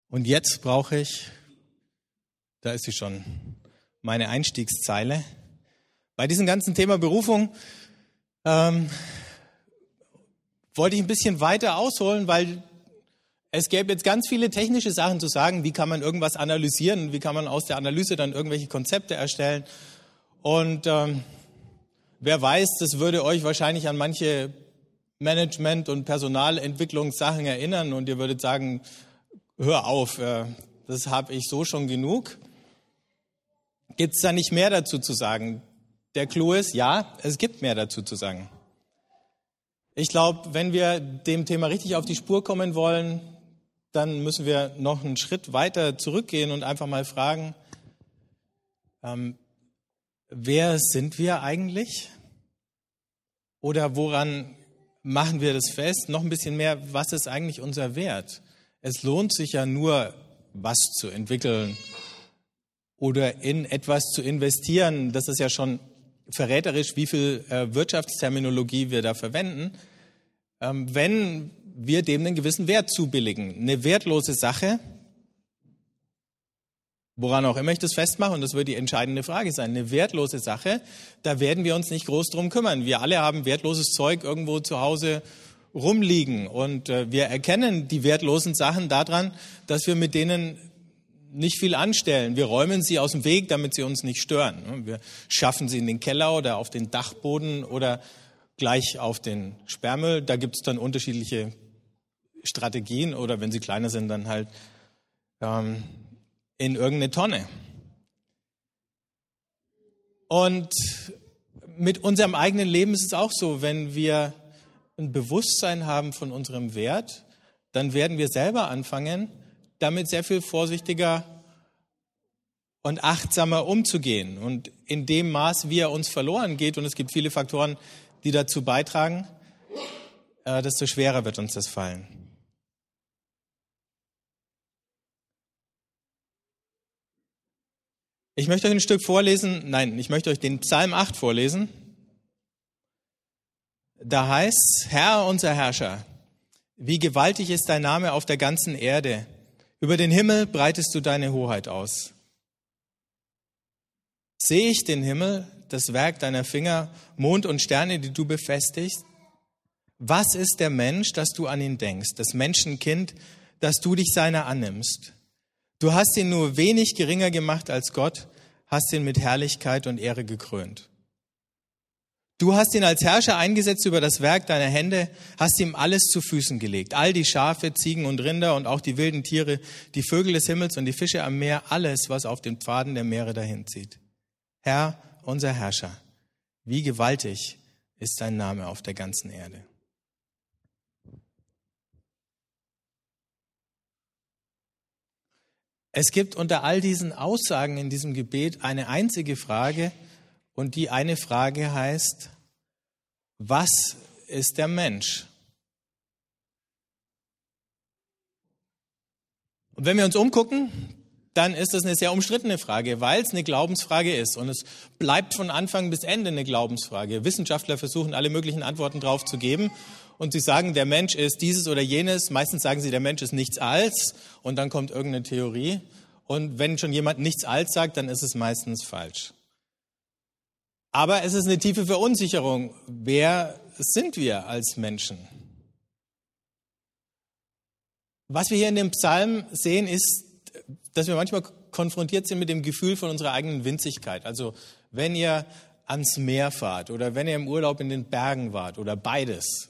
Und jetzt brauche ich, da ist sie schon, meine Einstiegszeile. Bei diesem ganzen Thema Berufung wollte ich ein bisschen weiter ausholen, weil es gäbe jetzt ganz viele technische Sachen zu sagen, wie kann man irgendwas analysieren, wie kann man aus der Analyse dann irgendwelche Konzepte erstellen. Und wer weiß, das würde euch wahrscheinlich an manche Management- und Personalentwicklungssachen erinnern und ihr würdet sagen, hör auf, das habe ich so schon genug. Gibt es da nicht mehr dazu zu sagen? Der Clou ist, ja, es gibt mehr dazu zu sagen. Ich glaube, wenn wir dem Thema richtig auf die Spur kommen wollen, dann müssen wir noch einen Schritt weiter zurückgehen und einfach mal fragen, wer sind wir eigentlich? Oder woran machen wir das fest? Noch ein bisschen mehr, was ist eigentlich unser Wert? Es lohnt sich ja nur, was zu entwickeln oder in etwas zu investieren. Das ist ja schon verräterisch, wie viel Wirtschaftsterminologie wir da verwenden, wenn wir dem einen gewissen Wert zubilligen. Eine wertlose Sache, woran auch immer ich das festmache, und das wird die entscheidende Frage sein, eine wertlose Sache, da werden wir uns nicht groß drum kümmern. Wir alle haben wertloses Zeug irgendwo zu Hause rumliegen und wir erkennen die wertlosen Sachen daran, dass wir mit denen nicht viel anstellen. Wir räumen sie aus dem Weg, damit sie uns nicht stören. Wir schaffen sie in den Keller oder auf den Dachboden oder gleich auf den Sperrmüll. Da gibt es dann unterschiedliche Strategien oder wenn sie kleiner sind, dann halt in irgendeine Tonne. Und mit unserem eigenen Leben ist es auch so, wenn wir ein Bewusstsein haben von unserem Wert, dann werden wir selber anfangen, damit sehr viel vorsichtiger und achtsamer umzugehen. Und in dem Maß, wie er uns verloren geht, und es gibt viele Faktoren, die dazu beitragen, desto schwerer wird uns das fallen. Ich möchte euch ein Stück vorlesen, ich möchte euch den Psalm 8 vorlesen. Da heißt, Herr, unser Herrscher, wie gewaltig ist dein Name auf der ganzen Erde. Über den Himmel breitest du deine Hoheit aus. Sehe ich den Himmel, das Werk deiner Finger, Mond und Sterne, die du befestigst? Was ist der Mensch, dass du an ihn denkst, das Menschenkind, dass du dich seiner annimmst? Du hast ihn nur wenig geringer gemacht als Gott, hast ihn mit Herrlichkeit und Ehre gekrönt. Du hast ihn als Herrscher eingesetzt über das Werk deiner Hände, hast ihm alles zu Füßen gelegt. All die Schafe, Ziegen und Rinder und auch die wilden Tiere, die Vögel des Himmels und die Fische am Meer, alles, was auf den Pfaden der Meere dahinzieht. Herr, unser Herrscher, wie gewaltig ist dein Name auf der ganzen Erde. Es gibt unter all diesen Aussagen in diesem Gebet eine einzige Frage, und die eine Frage heißt, was ist der Mensch? Und wenn wir uns umgucken, dann ist das eine sehr umstrittene Frage, weil es eine Glaubensfrage ist. Und es bleibt von Anfang bis Ende eine Glaubensfrage. Wissenschaftler versuchen, alle möglichen Antworten drauf zu geben. Und sie sagen, der Mensch ist dieses oder jenes. Meistens sagen sie, der Mensch ist nichts als. Und dann kommt irgendeine Theorie. Und wenn schon jemand nichts als sagt, dann ist es meistens falsch. Aber es ist eine tiefe Verunsicherung. Wer sind wir als Menschen? Was wir hier in dem Psalm sehen, ist, dass wir manchmal konfrontiert sind mit dem Gefühl von unserer eigenen Winzigkeit. Also wenn ihr ans Meer fahrt oder wenn ihr im Urlaub in den Bergen wart oder beides.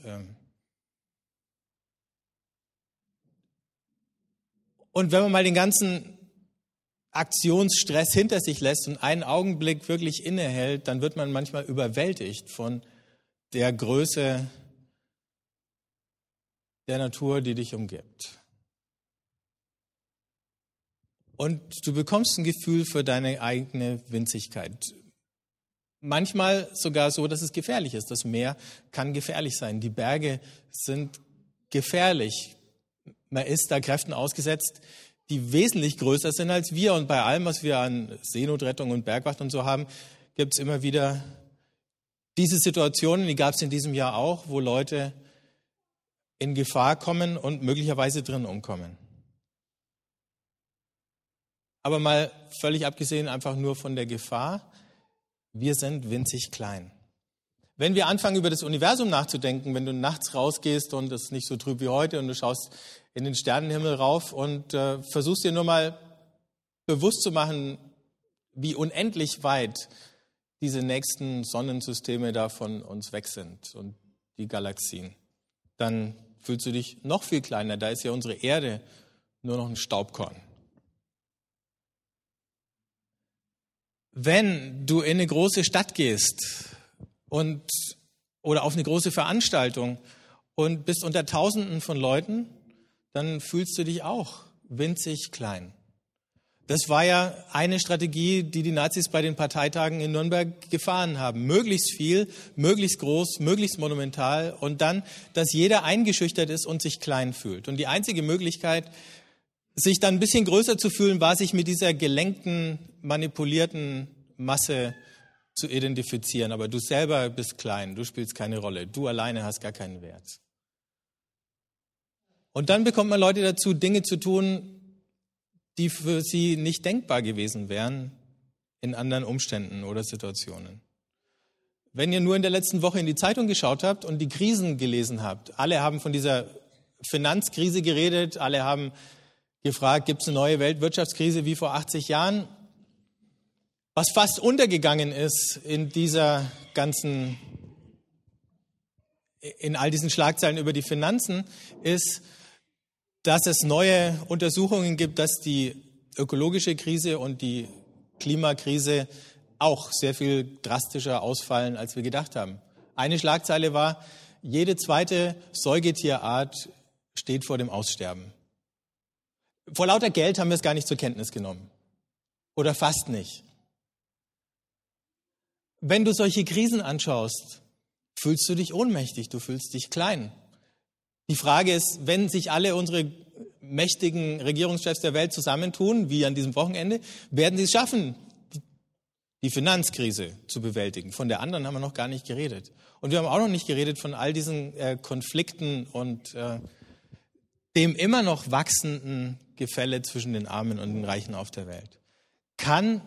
Und wenn man mal den ganzen Aktionsstress hinter sich lässt und einen Augenblick wirklich innehält, dann wird man manchmal überwältigt von der Größe der Natur, die dich umgibt. Und du bekommst ein Gefühl für deine eigene Winzigkeit. Manchmal sogar so, dass es gefährlich ist. Das Meer kann gefährlich sein. Die Berge sind gefährlich. Man ist da Kräften ausgesetzt, die wesentlich größer sind als wir. Und bei allem, was wir an Seenotrettung und Bergwacht und so haben, gibt es immer wieder diese Situationen, die gab es in diesem Jahr auch, wo Leute in Gefahr kommen und möglicherweise drin umkommen. Aber mal völlig abgesehen einfach nur von der Gefahr, wir sind winzig klein. Wenn wir anfangen, über das Universum nachzudenken, wenn du nachts rausgehst und es ist nicht so trüb wie heute und du schaust in den Sternenhimmel rauf und versuchst dir nur mal bewusst zu machen, wie unendlich weit diese nächsten Sonnensysteme da von uns weg sind und die Galaxien, dann fühlst du dich noch viel kleiner. Da ist ja unsere Erde nur noch ein Staubkorn. Wenn du in eine große Stadt gehst oder auf eine große Veranstaltung und bist unter Tausenden von Leuten, dann fühlst du dich auch winzig klein. Das war ja eine Strategie, die die Nazis bei den Parteitagen in Nürnberg gefahren haben. Möglichst viel, möglichst groß, möglichst monumental und dann, dass jeder eingeschüchtert ist und sich klein fühlt. Und die einzige Möglichkeit, sich dann ein bisschen größer zu fühlen, war, sich mit dieser gelenkten, manipulierten Masse zu identifizieren. Aber du selber bist klein, du spielst keine Rolle, du alleine hast gar keinen Wert. Und dann bekommt man Leute dazu, Dinge zu tun, die für sie nicht denkbar gewesen wären in anderen Umständen oder Situationen. Wenn ihr nur in der letzten Woche in die Zeitung geschaut habt und die Krisen gelesen habt, alle haben von dieser Finanzkrise geredet, alle haben gefragt, gibt es eine neue Weltwirtschaftskrise wie vor 80 Jahren? Was fast untergegangen ist in all diesen Schlagzeilen über die Finanzen, ist, dass es neue Untersuchungen gibt, dass die ökologische Krise und die Klimakrise auch sehr viel drastischer ausfallen, als wir gedacht haben. Eine Schlagzeile war, jede zweite Säugetierart steht vor dem Aussterben. Vor lauter Geld haben wir es gar nicht zur Kenntnis genommen. Oder fast nicht. Wenn du solche Krisen anschaust, fühlst du dich ohnmächtig, du fühlst dich klein. Die Frage ist, wenn sich alle unsere mächtigen Regierungschefs der Welt zusammentun, wie an diesem Wochenende, werden sie es schaffen, die Finanzkrise zu bewältigen. Von der anderen haben wir noch gar nicht geredet. Und wir haben auch noch nicht geredet von all diesen Konflikten und dem immer noch wachsenden Gefälle zwischen den Armen und den Reichen auf der Welt. Kann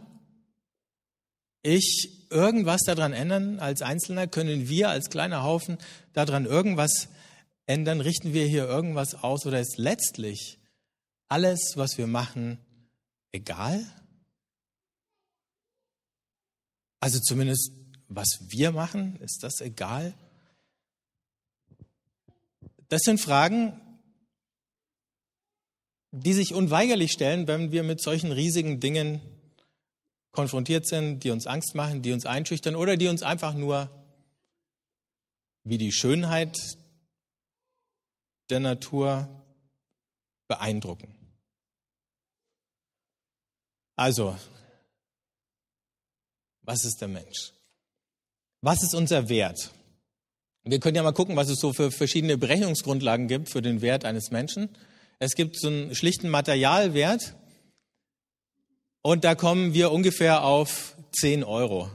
ich irgendwas daran ändern als Einzelner? Können wir als kleiner Haufen daran irgendwas ändern? Richten wir hier irgendwas aus oder ist letztlich alles, was wir machen, egal? Also zumindest, was wir machen, ist das egal? Das sind Fragen, die sich unweigerlich stellen, wenn wir mit solchen riesigen Dingen konfrontiert sind, die uns Angst machen, die uns einschüchtern oder die uns einfach nur wie die Schönheit der Natur beeindrucken. Also, was ist der Mensch? Was ist unser Wert? Wir können ja mal gucken, was es so für verschiedene Berechnungsgrundlagen gibt für den Wert eines Menschen. Es gibt so einen schlichten Materialwert und da kommen wir ungefähr auf 10 Euro.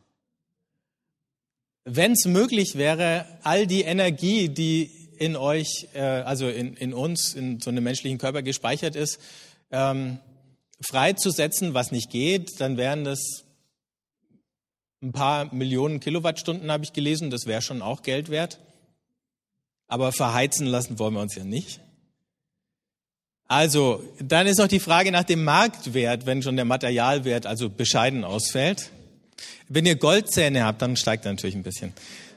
Wenn es möglich wäre, all die Energie, die in euch, also in uns, in so einem menschlichen Körper gespeichert ist, freizusetzen, was nicht geht, dann wären das ein paar Millionen Kilowattstunden, habe ich gelesen. Das wäre schon auch Geld wert. Aber verheizen lassen wollen wir uns ja nicht. Also, dann ist noch die Frage nach dem Marktwert, wenn schon der Materialwert also bescheiden ausfällt. Wenn ihr Goldzähne habt, dann steigt er natürlich ein bisschen.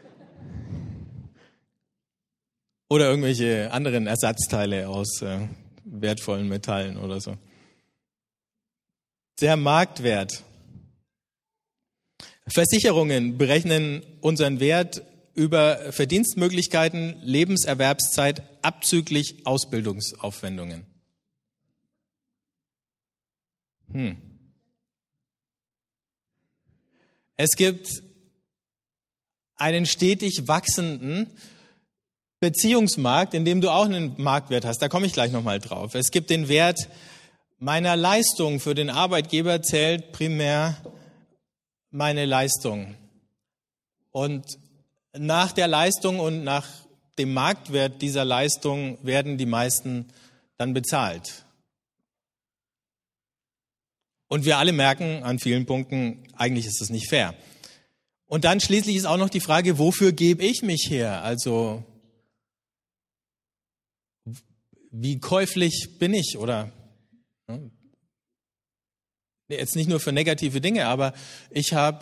Oder irgendwelche anderen Ersatzteile aus wertvollen Metallen oder so. Der Marktwert. Versicherungen berechnen unseren Wert über Verdienstmöglichkeiten, Lebenserwerbszeit abzüglich Ausbildungsaufwendungen. Es gibt einen stetig wachsenden Beziehungsmarkt, in dem du auch einen Marktwert hast. Da komme ich gleich nochmal drauf. Es gibt den Wert meiner Leistung. Für den Arbeitgeber zählt primär meine Leistung. Und nach der Leistung und nach dem Marktwert dieser Leistung werden die meisten dann bezahlt. Und wir alle merken an vielen Punkten, eigentlich ist das nicht fair. Und dann schließlich ist auch noch die Frage, wofür gebe ich mich her? Also, wie käuflich bin ich? Oder jetzt nicht nur für negative Dinge, aber ich habe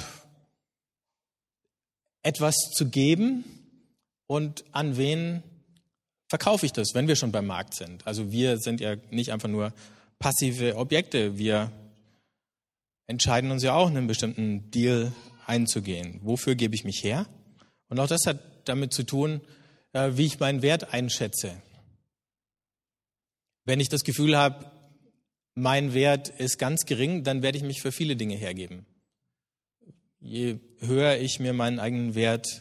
etwas zu geben und an wen verkaufe ich das, wenn wir schon beim Markt sind? Also wir sind ja nicht einfach nur passive Objekte, wir entscheiden uns ja auch, einen bestimmten Deal einzugehen. Wofür gebe ich mich her? Und auch das hat damit zu tun, wie ich meinen Wert einschätze. Wenn ich das Gefühl habe, mein Wert ist ganz gering, dann werde ich mich für viele Dinge hergeben. Je höher ich mir meinen eigenen Wert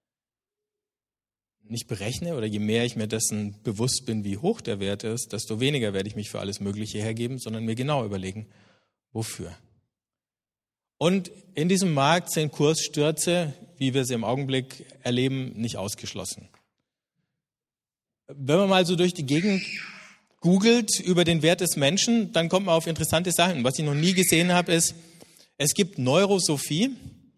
nicht berechne oder je mehr ich mir dessen bewusst bin, wie hoch der Wert ist, desto weniger werde ich mich für alles Mögliche hergeben, sondern mir genau überlegen, wofür. Und in diesem Markt sind Kursstürze, wie wir sie im Augenblick erleben, nicht ausgeschlossen. Wenn man mal so durch die Gegend googelt über den Wert des Menschen, dann kommt man auf interessante Sachen. Was ich noch nie gesehen habe, ist, es gibt Neurosophie.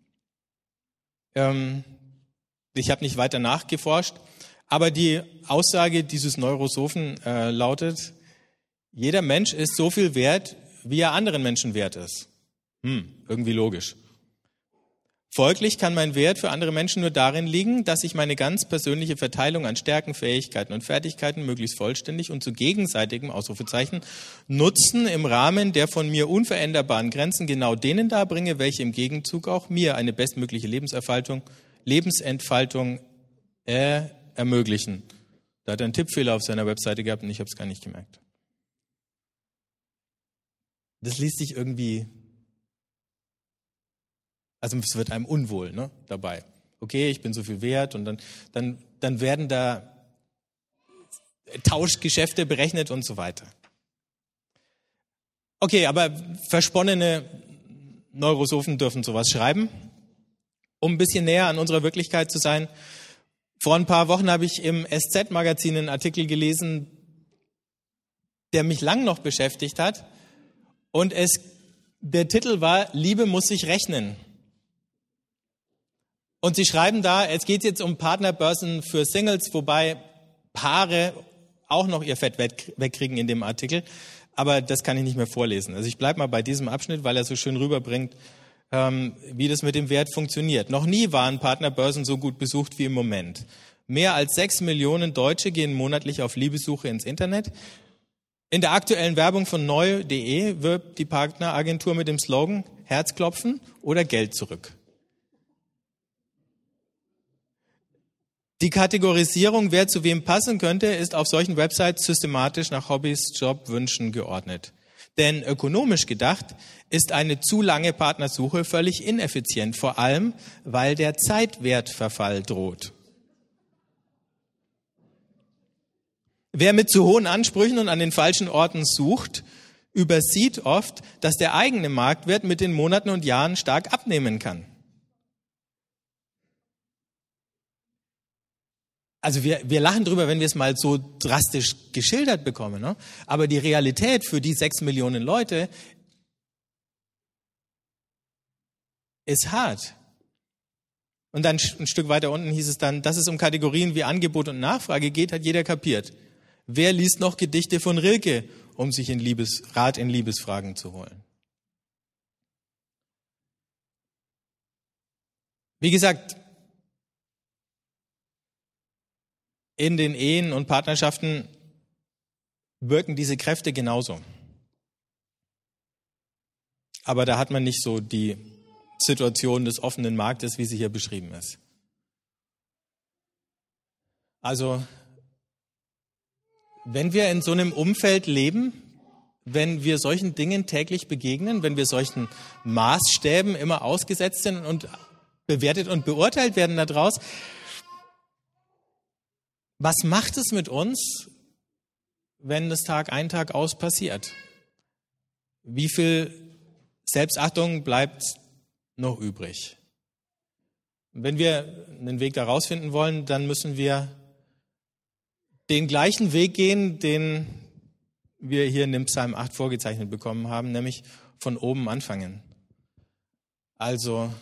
Ich habe nicht weiter nachgeforscht, aber die Aussage dieses Neurosophen lautet, jeder Mensch ist so viel wert, wie er anderen Menschen wert ist. Irgendwie logisch. Folglich kann mein Wert für andere Menschen nur darin liegen, dass ich meine ganz persönliche Verteilung an Stärken, Fähigkeiten und Fertigkeiten möglichst vollständig und zu gegenseitigem Ausrufezeichen Nutzen im Rahmen der von mir unveränderbaren Grenzen genau denen darbringe, welche im Gegenzug auch mir eine bestmögliche Lebensentfaltung ermöglichen. Da hat er einen Tippfehler auf seiner Webseite gehabt und ich habe es gar nicht gemerkt. Das liest sich irgendwie, also es wird einem unwohl, ne, dabei. Okay, ich bin so viel wert und dann werden da Tauschgeschäfte berechnet und so weiter. Okay, aber versponnene Neurosophen dürfen sowas schreiben. Um ein bisschen näher an unserer Wirklichkeit zu sein, vor ein paar Wochen habe ich im SZ-Magazin einen Artikel gelesen, der mich lang noch beschäftigt hat. Und der Titel war, Liebe muss sich rechnen. Und sie schreiben da, es geht jetzt um Partnerbörsen für Singles, wobei Paare auch noch ihr Fett wegkriegen in dem Artikel. Aber das kann ich nicht mehr vorlesen. Also ich bleibe mal bei diesem Abschnitt, weil er so schön rüberbringt, wie das mit dem Wert funktioniert. Noch nie waren Partnerbörsen so gut besucht wie im Moment. Mehr als 6 Millionen Deutsche gehen monatlich auf Liebessuche ins Internet. In der aktuellen Werbung von neu.de wirbt die Partneragentur mit dem Slogan Herzklopfen oder Geld zurück. Die Kategorisierung, wer zu wem passen könnte, ist auf solchen Websites systematisch nach Hobbys, Jobwünschen geordnet. Denn ökonomisch gedacht ist eine zu lange Partnersuche völlig ineffizient, vor allem, weil der Zeitwertverfall droht. Wer mit zu hohen Ansprüchen und an den falschen Orten sucht, übersieht oft, dass der eigene Marktwert mit den Monaten und Jahren stark abnehmen kann. Also wir lachen drüber, wenn wir es mal so drastisch geschildert bekommen, ne? Aber die Realität für die 6 Millionen Leute ist hart. Und dann ein Stück weiter unten hieß es dann, dass es um Kategorien wie Angebot und Nachfrage geht, hat jeder kapiert. Wer liest noch Gedichte von Rilke, um sich Rat in Liebesfragen zu holen? Wie gesagt, in den Ehen und Partnerschaften wirken diese Kräfte genauso. Aber da hat man nicht so die Situation des offenen Marktes, wie sie hier beschrieben ist. Also, wenn wir in so einem Umfeld leben, wenn wir solchen Dingen täglich begegnen, wenn wir solchen Maßstäben immer ausgesetzt sind und bewertet und beurteilt werden daraus, was macht es mit uns, wenn das Tag ein, Tag aus passiert? Wie viel Selbstachtung bleibt noch übrig? Wenn wir einen Weg da rausfinden wollen, dann müssen wir den gleichen Weg gehen, den wir hier in dem Psalm 8 vorgezeichnet bekommen haben, nämlich von oben anfangen. Also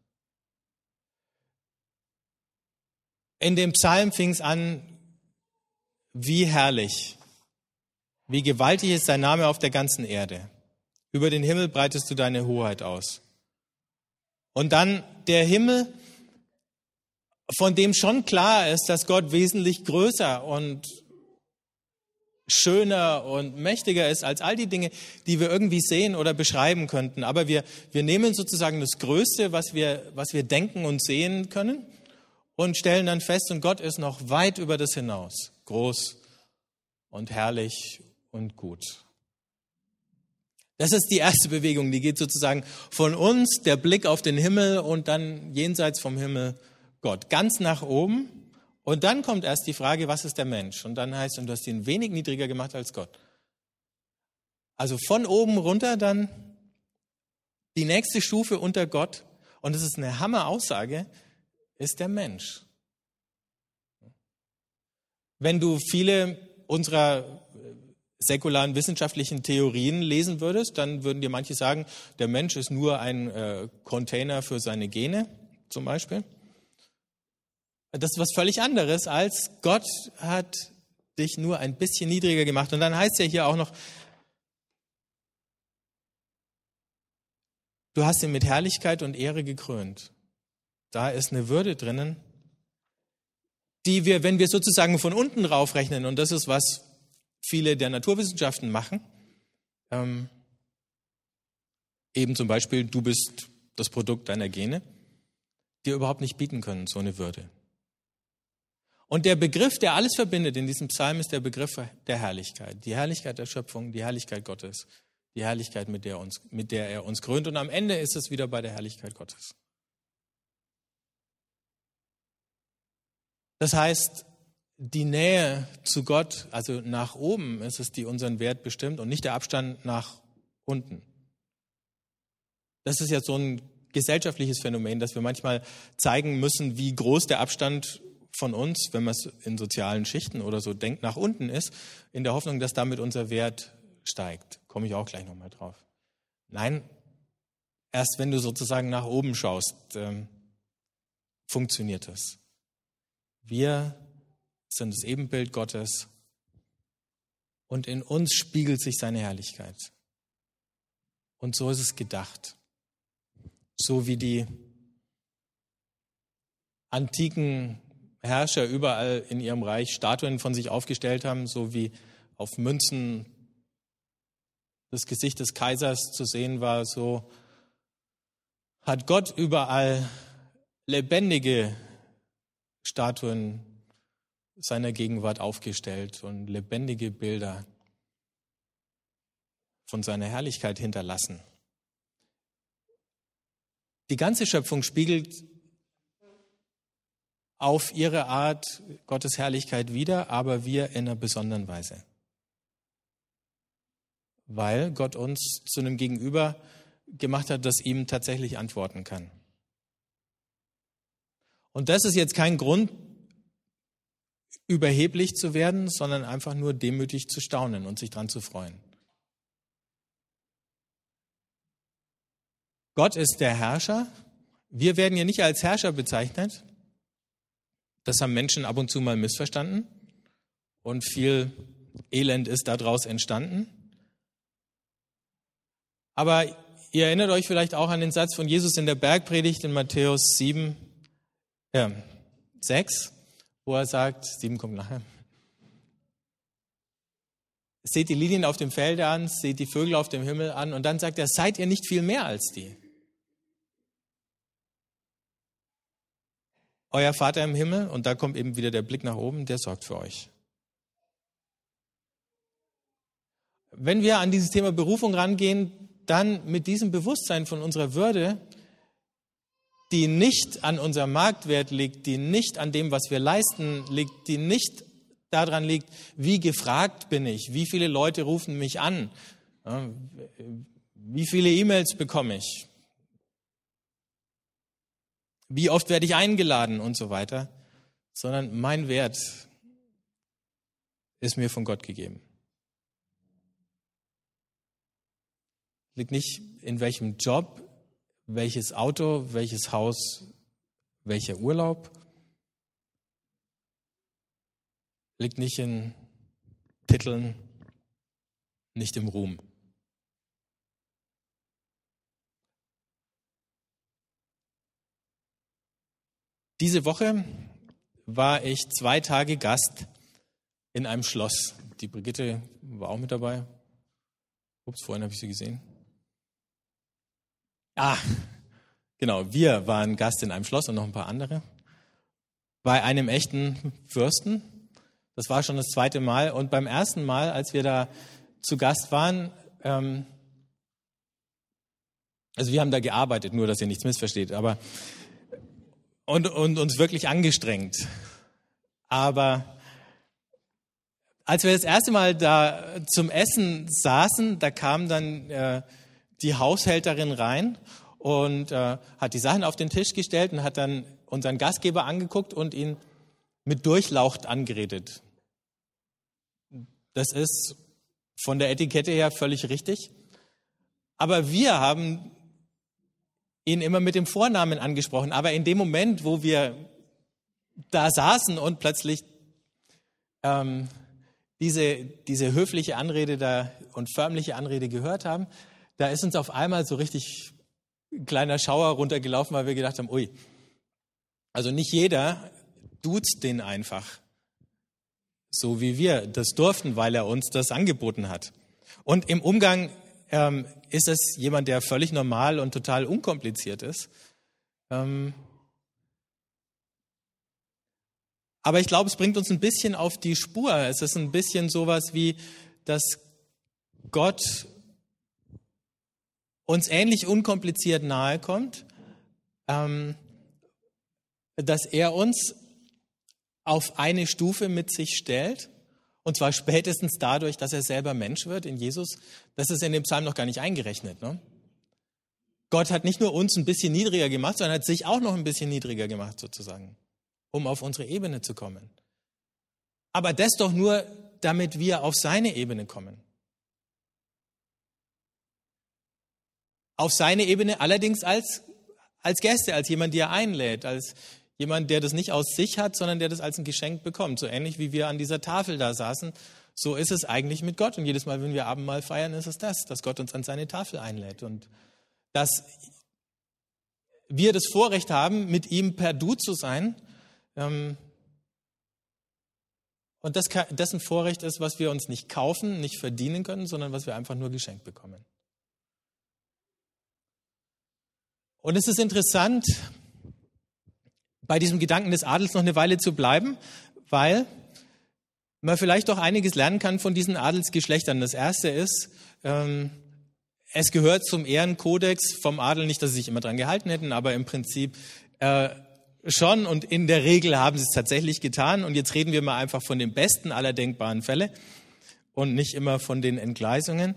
in dem Psalm fing es an, wie herrlich, wie gewaltig ist dein Name auf der ganzen Erde. Über den Himmel breitest du deine Hoheit aus. Und dann der Himmel, von dem schon klar ist, dass Gott wesentlich größer und schöner und mächtiger ist als all die Dinge, die wir irgendwie sehen oder beschreiben könnten. Aber wir nehmen sozusagen das Größte, was wir denken und sehen können, und stellen dann fest, und Gott ist noch weit über das hinaus, groß und herrlich und gut. Das ist die erste Bewegung, die geht sozusagen von uns, der Blick auf den Himmel und dann jenseits vom Himmel Gott, ganz nach oben. Und dann kommt erst die Frage, was ist der Mensch? Und dann heißt es, und du hast ihn wenig niedriger gemacht als Gott. Also von oben runter dann die nächste Stufe unter Gott, und das ist eine Hammeraussage, ist der Mensch. Wenn du viele unserer säkularen wissenschaftlichen Theorien lesen würdest, dann würden dir manche sagen, der Mensch ist nur ein Container für seine Gene, zum Beispiel. Das ist was völlig anderes, als Gott hat dich nur ein bisschen niedriger gemacht. Und dann heißt es ja hier auch noch, du hast ihn mit Herrlichkeit und Ehre gekrönt. Da ist eine Würde drinnen, die wir, wenn wir sozusagen von unten raufrechnen, und das ist, was viele der Naturwissenschaften machen, eben zum Beispiel, du bist das Produkt deiner Gene, dir überhaupt nicht bieten können, so eine Würde. Und der Begriff, der alles verbindet in diesem Psalm, ist der Begriff der Herrlichkeit. Die Herrlichkeit der Schöpfung, die Herrlichkeit Gottes, die Herrlichkeit, mit der er uns krönt. Und am Ende ist es wieder bei der Herrlichkeit Gottes. Das heißt, die Nähe zu Gott, also nach oben ist es, die unseren Wert bestimmt und nicht der Abstand nach unten. Das ist ja so ein gesellschaftliches Phänomen, dass wir manchmal zeigen müssen, wie groß der Abstand von uns, wenn man es in sozialen Schichten oder so denkt, nach unten ist, in der Hoffnung, dass damit unser Wert steigt. Komme ich auch gleich nochmal drauf. Nein, erst wenn du sozusagen nach oben schaust, funktioniert das. Wir sind das Ebenbild Gottes und in uns spiegelt sich seine Herrlichkeit. Und so ist es gedacht. So wie die antiken Herrscher überall in ihrem Reich Statuen von sich aufgestellt haben, so wie auf Münzen das Gesicht des Kaisers zu sehen war, so hat Gott überall lebendige Statuen seiner Gegenwart aufgestellt und lebendige Bilder von seiner Herrlichkeit hinterlassen. Die ganze Schöpfung spiegelt auf ihre Art Gottes Herrlichkeit wider, aber wir in einer besonderen Weise. Weil Gott uns zu einem Gegenüber gemacht hat, das ihm tatsächlich antworten kann. Und das ist jetzt kein Grund, überheblich zu werden, sondern einfach nur demütig zu staunen und sich dran zu freuen. Gott ist der Herrscher. Wir werden hier nicht als Herrscher bezeichnet. Das haben Menschen ab und zu mal missverstanden. Und viel Elend ist daraus entstanden. Aber ihr erinnert euch vielleicht auch an den Satz von Jesus in der Bergpredigt in Matthäus 6, wo er sagt, 7 kommt nachher. Seht die Lilien auf dem Felde an, seht die Vögel auf dem Himmel an, und dann sagt er, seid ihr nicht viel mehr als die? Euer Vater im Himmel, und da kommt eben wieder der Blick nach oben, der sorgt für euch. Wenn wir an dieses Thema Berufung rangehen, dann mit diesem Bewusstsein von unserer Würde, die nicht an unserem Marktwert liegt, die nicht an dem, was wir leisten, liegt, die nicht daran liegt, wie gefragt bin ich, wie viele Leute rufen mich an, wie viele E-Mails bekomme ich, wie oft werde ich eingeladen und so weiter, sondern mein Wert ist mir von Gott gegeben. liegt nicht in welchem Job, welches Auto, welches Haus, welcher Urlaub, liegt nicht in Titeln, nicht im Ruhm. Diese Woche war ich 2 Tage Gast in einem Schloss. Die Brigitte war auch mit dabei. Ups, vorhin habe ich sie gesehen. Genau, wir waren Gast in einem Schloss und noch ein paar andere. Bei einem echten Fürsten. Das war schon das 2. Mal. Und beim ersten Mal, als wir da zu Gast waren, also wir haben da gearbeitet, nur dass ihr nichts missversteht, aber und uns wirklich angestrengt. Aber als wir das erste Mal da zum Essen saßen, da kam dann die Haushälterin rein und hat die Sachen auf den Tisch gestellt und hat dann unseren Gastgeber angeguckt und ihn mit Durchlaucht angeredet. Das ist von der Etikette her völlig richtig. Aber wir haben ihn immer mit dem Vornamen angesprochen. Aber in dem Moment, wo wir da saßen und plötzlich diese höfliche Anrede da und förmliche Anrede gehört haben, da ist uns auf einmal so richtig ein kleiner Schauer runtergelaufen, weil wir gedacht haben, ui, also nicht jeder duzt den einfach, so wie wir das durften, weil er uns das angeboten hat. Und im Umgang ist es jemand, der völlig normal und total unkompliziert ist. Aber ich glaube, es bringt uns ein bisschen auf die Spur. Es ist ein bisschen sowas wie, dass Gott uns ähnlich unkompliziert nahe kommt, dass er uns auf eine Stufe mit sich stellt, und zwar spätestens dadurch, dass er selber Mensch wird in Jesus. Das ist in dem Psalm noch gar nicht eingerechnet. Ne? Gott hat nicht nur uns ein bisschen niedriger gemacht, sondern hat sich auch noch ein bisschen niedriger gemacht sozusagen, um auf unsere Ebene zu kommen. Aber das doch nur, damit wir auf seine Ebene kommen. Auf seine Ebene allerdings als Gäste, als jemand, der einlädt, als jemand, der das nicht aus sich hat, sondern der das als ein Geschenk bekommt. So ähnlich wie wir an dieser Tafel da saßen, so ist es eigentlich mit Gott. Und jedes Mal, wenn wir Abendmahl feiern, ist es das, dass Gott uns an seine Tafel einlädt. Und dass wir das Vorrecht haben, mit ihm per Du zu sein. Und das ein Vorrecht ist, was wir uns nicht kaufen, nicht verdienen können, sondern was wir einfach nur geschenkt bekommen. Und es ist interessant, bei diesem Gedanken des Adels noch eine Weile zu bleiben, weil man vielleicht doch einiges lernen kann von diesen Adelsgeschlechtern. Das erste ist, es gehört zum Ehrenkodex vom Adel, nicht, dass sie sich immer dran gehalten hätten, aber im Prinzip schon, und in der Regel haben sie es tatsächlich getan. Und jetzt reden wir mal einfach von dem besten aller denkbaren Fälle und nicht immer von den Entgleisungen.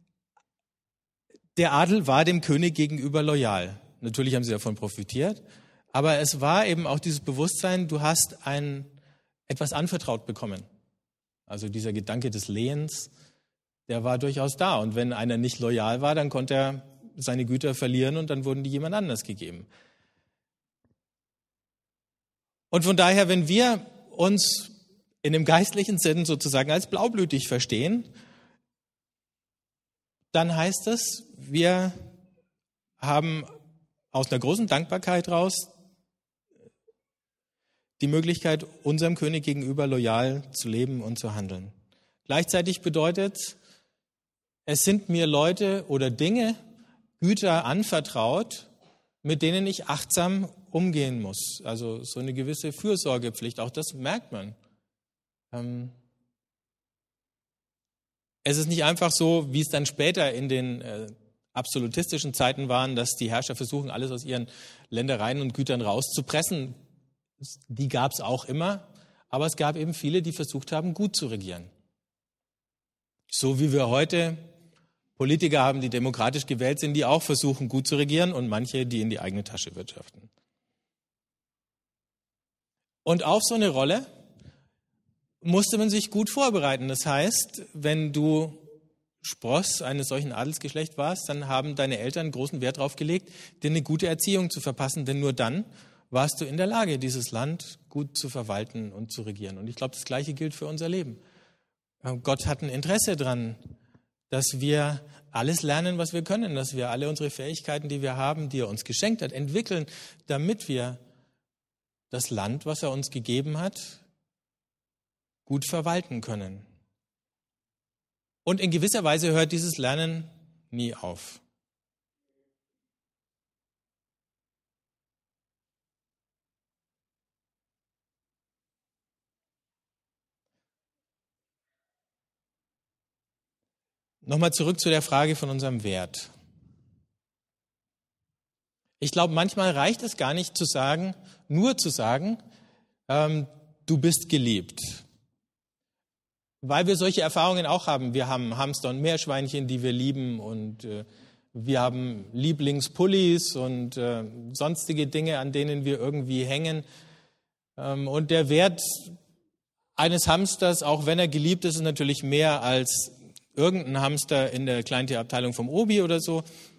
Der Adel war dem König gegenüber loyal. Natürlich haben sie davon profitiert. Aber es war eben auch dieses Bewusstsein, du hast etwas anvertraut bekommen. Also dieser Gedanke des Lehens, der war durchaus da. Und wenn einer nicht loyal war, dann konnte er seine Güter verlieren und dann wurden die jemand anders gegeben. Und von daher, wenn wir uns in dem geistlichen Sinn sozusagen als blaublütig verstehen, dann heißt es, wir haben aus einer großen Dankbarkeit raus die Möglichkeit, unserem König gegenüber loyal zu leben und zu handeln. Gleichzeitig bedeutet, es sind mir Leute oder Dinge, Güter anvertraut, mit denen ich achtsam umgehen muss. Also so eine gewisse Fürsorgepflicht, auch das merkt man. Es ist nicht einfach so, wie es dann später in den absolutistischen Zeiten waren, dass die Herrscher versuchen, alles aus ihren Ländereien und Gütern rauszupressen. Die gab es auch immer, aber es gab eben viele, die versucht haben, gut zu regieren. So wie wir heute Politiker haben, die demokratisch gewählt sind, die auch versuchen, gut zu regieren, und manche, die in die eigene Tasche wirtschaften. Und auf so eine Rolle musste man sich gut vorbereiten. Das heißt, wenn du Spross eines solchen Adelsgeschlechts warst, dann haben deine Eltern großen Wert darauf gelegt, dir eine gute Erziehung zu verpassen, denn nur dann warst du in der Lage, dieses Land gut zu verwalten und zu regieren. Und ich glaube, das Gleiche gilt für unser Leben. Gott hat ein Interesse daran, dass wir alles lernen, was wir können, dass wir alle unsere Fähigkeiten, die wir haben, die er uns geschenkt hat, entwickeln, damit wir das Land, was er uns gegeben hat, gut verwalten können. Und in gewisser Weise hört dieses Lernen nie auf. Nochmal zurück zu der Frage von unserem Wert. Ich glaube, manchmal reicht es gar nicht zu sagen, nur zu sagen, du bist geliebt. Weil wir solche Erfahrungen auch haben. Wir haben Hamster und Meerschweinchen, die wir lieben, und wir haben Lieblingspullis und sonstige Dinge, an denen wir irgendwie hängen. Und der Wert eines Hamsters, auch wenn er geliebt ist, ist natürlich mehr als irgendein Hamster in der Kleintierabteilung vom Obi oder so.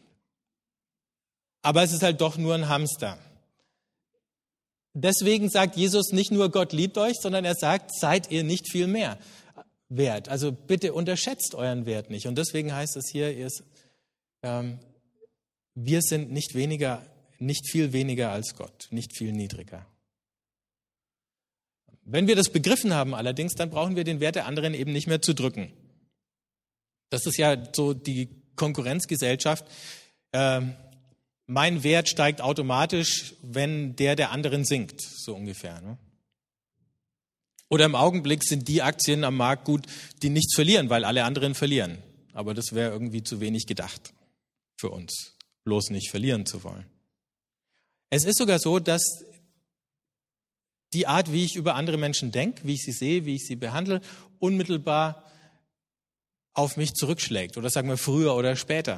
Aber es ist halt doch nur ein Hamster. Deswegen sagt Jesus nicht nur, Gott liebt euch, sondern er sagt, seid ihr nicht viel mehr wert. Also bitte unterschätzt euren Wert nicht. Und deswegen heißt es hier, wir sind nicht viel weniger als Gott, nicht viel niedriger. Wenn wir das begriffen haben allerdings, dann brauchen wir den Wert der anderen eben nicht mehr zu drücken. Das ist ja so die Konkurrenzgesellschaft. Mein Wert steigt automatisch, wenn der anderen sinkt, so ungefähr. Ne? Oder im Augenblick sind die Aktien am Markt gut, die nichts verlieren, weil alle anderen verlieren. Aber das wäre irgendwie zu wenig gedacht für uns, bloß nicht verlieren zu wollen. Es ist sogar so, dass die Art, wie ich über andere Menschen denke, wie ich sie sehe, wie ich sie behandle, unmittelbar auf mich zurückschlägt. Oder sagen wir früher oder später.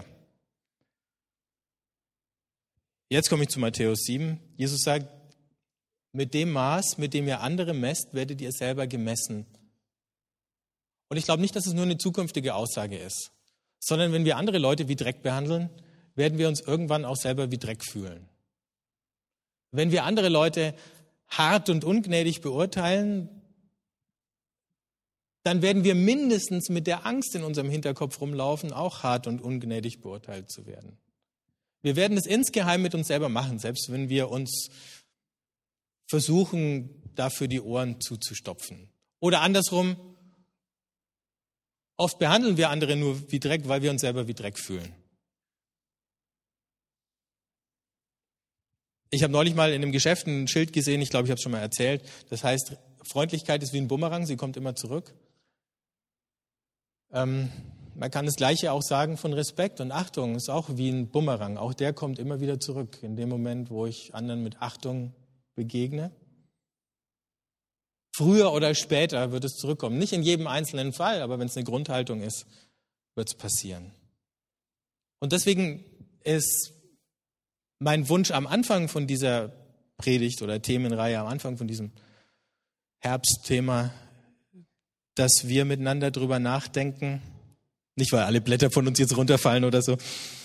Jetzt komme ich zu Matthäus 7. Jesus sagt, mit dem Maß, mit dem ihr andere messt, werdet ihr selber gemessen. Und ich glaube nicht, dass es nur eine zukünftige Aussage ist, sondern wenn wir andere Leute wie Dreck behandeln, werden wir uns irgendwann auch selber wie Dreck fühlen. Wenn wir andere Leute hart und ungnädig beurteilen, dann werden wir mindestens mit der Angst in unserem Hinterkopf rumlaufen, auch hart und ungnädig beurteilt zu werden. Wir werden es insgeheim mit uns selber machen, selbst wenn wir uns versuchen, dafür die Ohren zuzustopfen. Oder andersrum, oft behandeln wir andere nur wie Dreck, weil wir uns selber wie Dreck fühlen. Ich habe neulich mal in einem Geschäft ein Schild gesehen, ich glaube, ich habe es schon mal erzählt. Das heißt, Freundlichkeit ist wie ein Bumerang, sie kommt immer zurück. Man kann das Gleiche auch sagen von Respekt und Achtung, ist auch wie ein Bumerang. Auch der kommt immer wieder zurück, in dem Moment, wo ich anderen mit Achtung begegne. Früher oder später wird es zurückkommen. Nicht in jedem einzelnen Fall, aber wenn es eine Grundhaltung ist, wird es passieren. Und deswegen ist mein Wunsch am Anfang von dieser Predigt oder Themenreihe, am Anfang von diesem Herbstthema, dass wir miteinander drüber nachdenken, nicht weil alle Blätter von uns jetzt runterfallen oder so,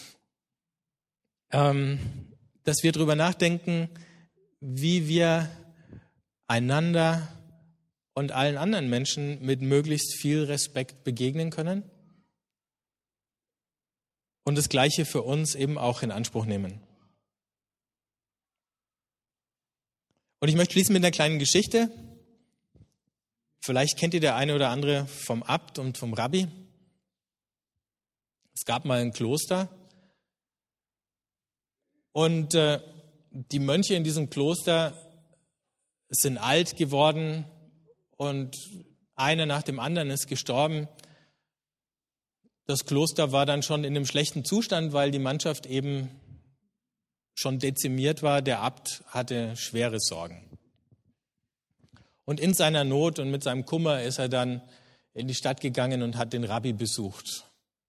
dass wir drüber nachdenken, wie wir einander und allen anderen Menschen mit möglichst viel Respekt begegnen können und das Gleiche für uns eben auch in Anspruch nehmen. Und ich möchte schließen mit einer kleinen Geschichte. Vielleicht kennt ihr der eine oder andere vom Abt und vom Rabbi. Es gab mal ein Kloster und die Mönche in diesem Kloster sind alt geworden und einer nach dem anderen ist gestorben. Das Kloster war dann schon in einem schlechten Zustand, weil die Mannschaft eben schon dezimiert war. Der Abt hatte schwere Sorgen. Und in seiner Not und mit seinem Kummer ist er dann in die Stadt gegangen und hat den Rabbi besucht.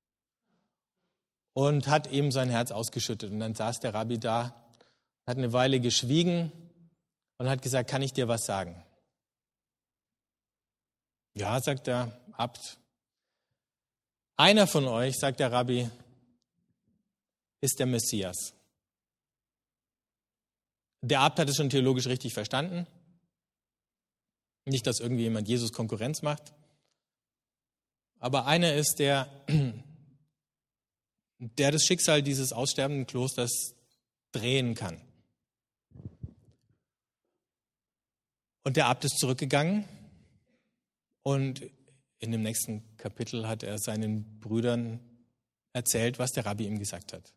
Und hat ihm sein Herz ausgeschüttet. Und dann saß der Rabbi da, hat eine Weile geschwiegen und hat gesagt, kann ich dir was sagen? Ja, sagt der Abt. einer von euch, sagt der Rabbi, ist der Messias. Der Abt hat es schon theologisch richtig verstanden. Nicht, dass irgendwie jemand Jesus Konkurrenz macht. Aber einer ist, der das Schicksal dieses aussterbenden Klosters drehen kann. Und der Abt ist zurückgegangen und in dem nächsten Kapitel hat er seinen Brüdern erzählt, was der Rabbi ihm gesagt hat.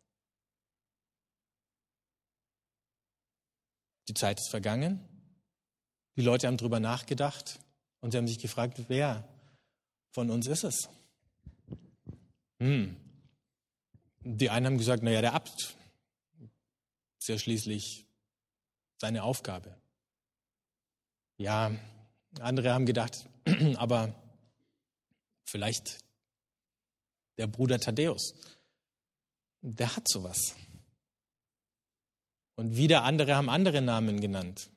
Die Zeit ist vergangen, die Leute haben drüber nachgedacht und sie haben sich gefragt, wer von uns ist es? Die einen haben gesagt, naja, der Abt ist ja schließlich seine Aufgabe. Ja, andere haben gedacht, aber vielleicht der Bruder Thaddäus, der hat sowas. Und wieder andere haben andere Namen genannt.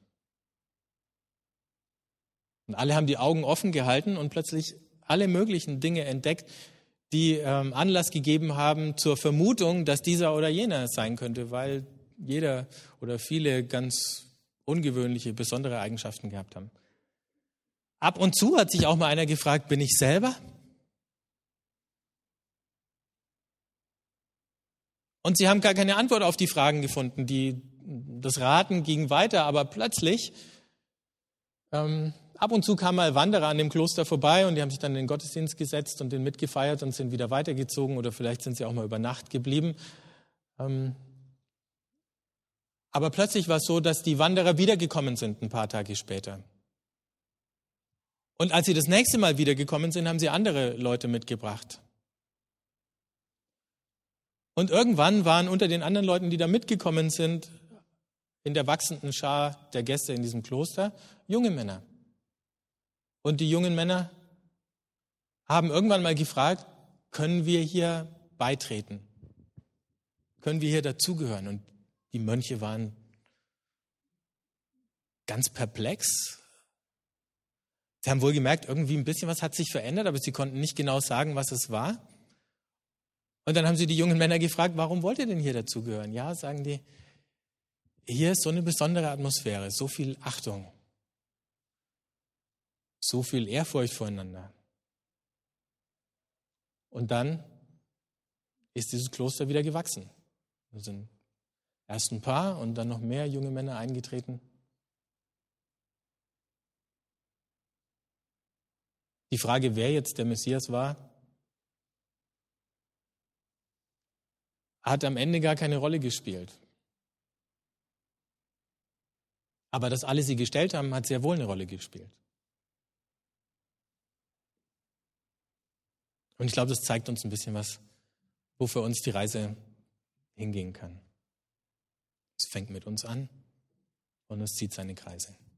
Und alle haben die Augen offen gehalten und plötzlich alle möglichen Dinge entdeckt, die Anlass gegeben haben zur Vermutung, dass dieser oder jener sein könnte, weil jeder oder viele ganz ungewöhnliche, besondere Eigenschaften gehabt haben. Ab und zu hat sich auch mal einer gefragt, bin ich selber? Und sie haben gar keine Antwort auf die Fragen gefunden. Das Raten ging weiter, aber plötzlich, ab und zu kamen mal Wanderer an dem Kloster vorbei und die haben sich dann in den Gottesdienst gesetzt und den mitgefeiert und sind wieder weitergezogen oder vielleicht sind sie auch mal über Nacht geblieben. Aber plötzlich war es so, dass die Wanderer wiedergekommen sind ein paar Tage später. Und als sie das nächste Mal wiedergekommen sind, haben sie andere Leute mitgebracht. Und irgendwann waren unter den anderen Leuten, die da mitgekommen sind, in der wachsenden Schar der Gäste in diesem Kloster, junge Männer. Und die jungen Männer haben irgendwann mal gefragt, können wir hier beitreten? Können wir hier dazugehören? Und die Mönche waren ganz perplex. Sie haben wohl gemerkt, irgendwie ein bisschen was hat sich verändert, aber sie konnten nicht genau sagen, was es war. Und dann haben sie die jungen Männer gefragt, warum wollt ihr denn hier dazugehören? Ja, sagen die, hier ist so eine besondere Atmosphäre, so viel Achtung, so viel Ehrfurcht voreinander. Und dann ist dieses Kloster wieder gewachsen. Da sind erst ein paar und dann noch mehr junge Männer eingetreten. Die Frage, wer jetzt der Messias war, hat am Ende gar keine Rolle gespielt. Aber dass alle sie gestellt haben, hat sehr wohl eine Rolle gespielt. Und ich glaube, das zeigt uns ein bisschen was, wo für uns die Reise hingehen kann. Es fängt mit uns an und es zieht seine Kreise.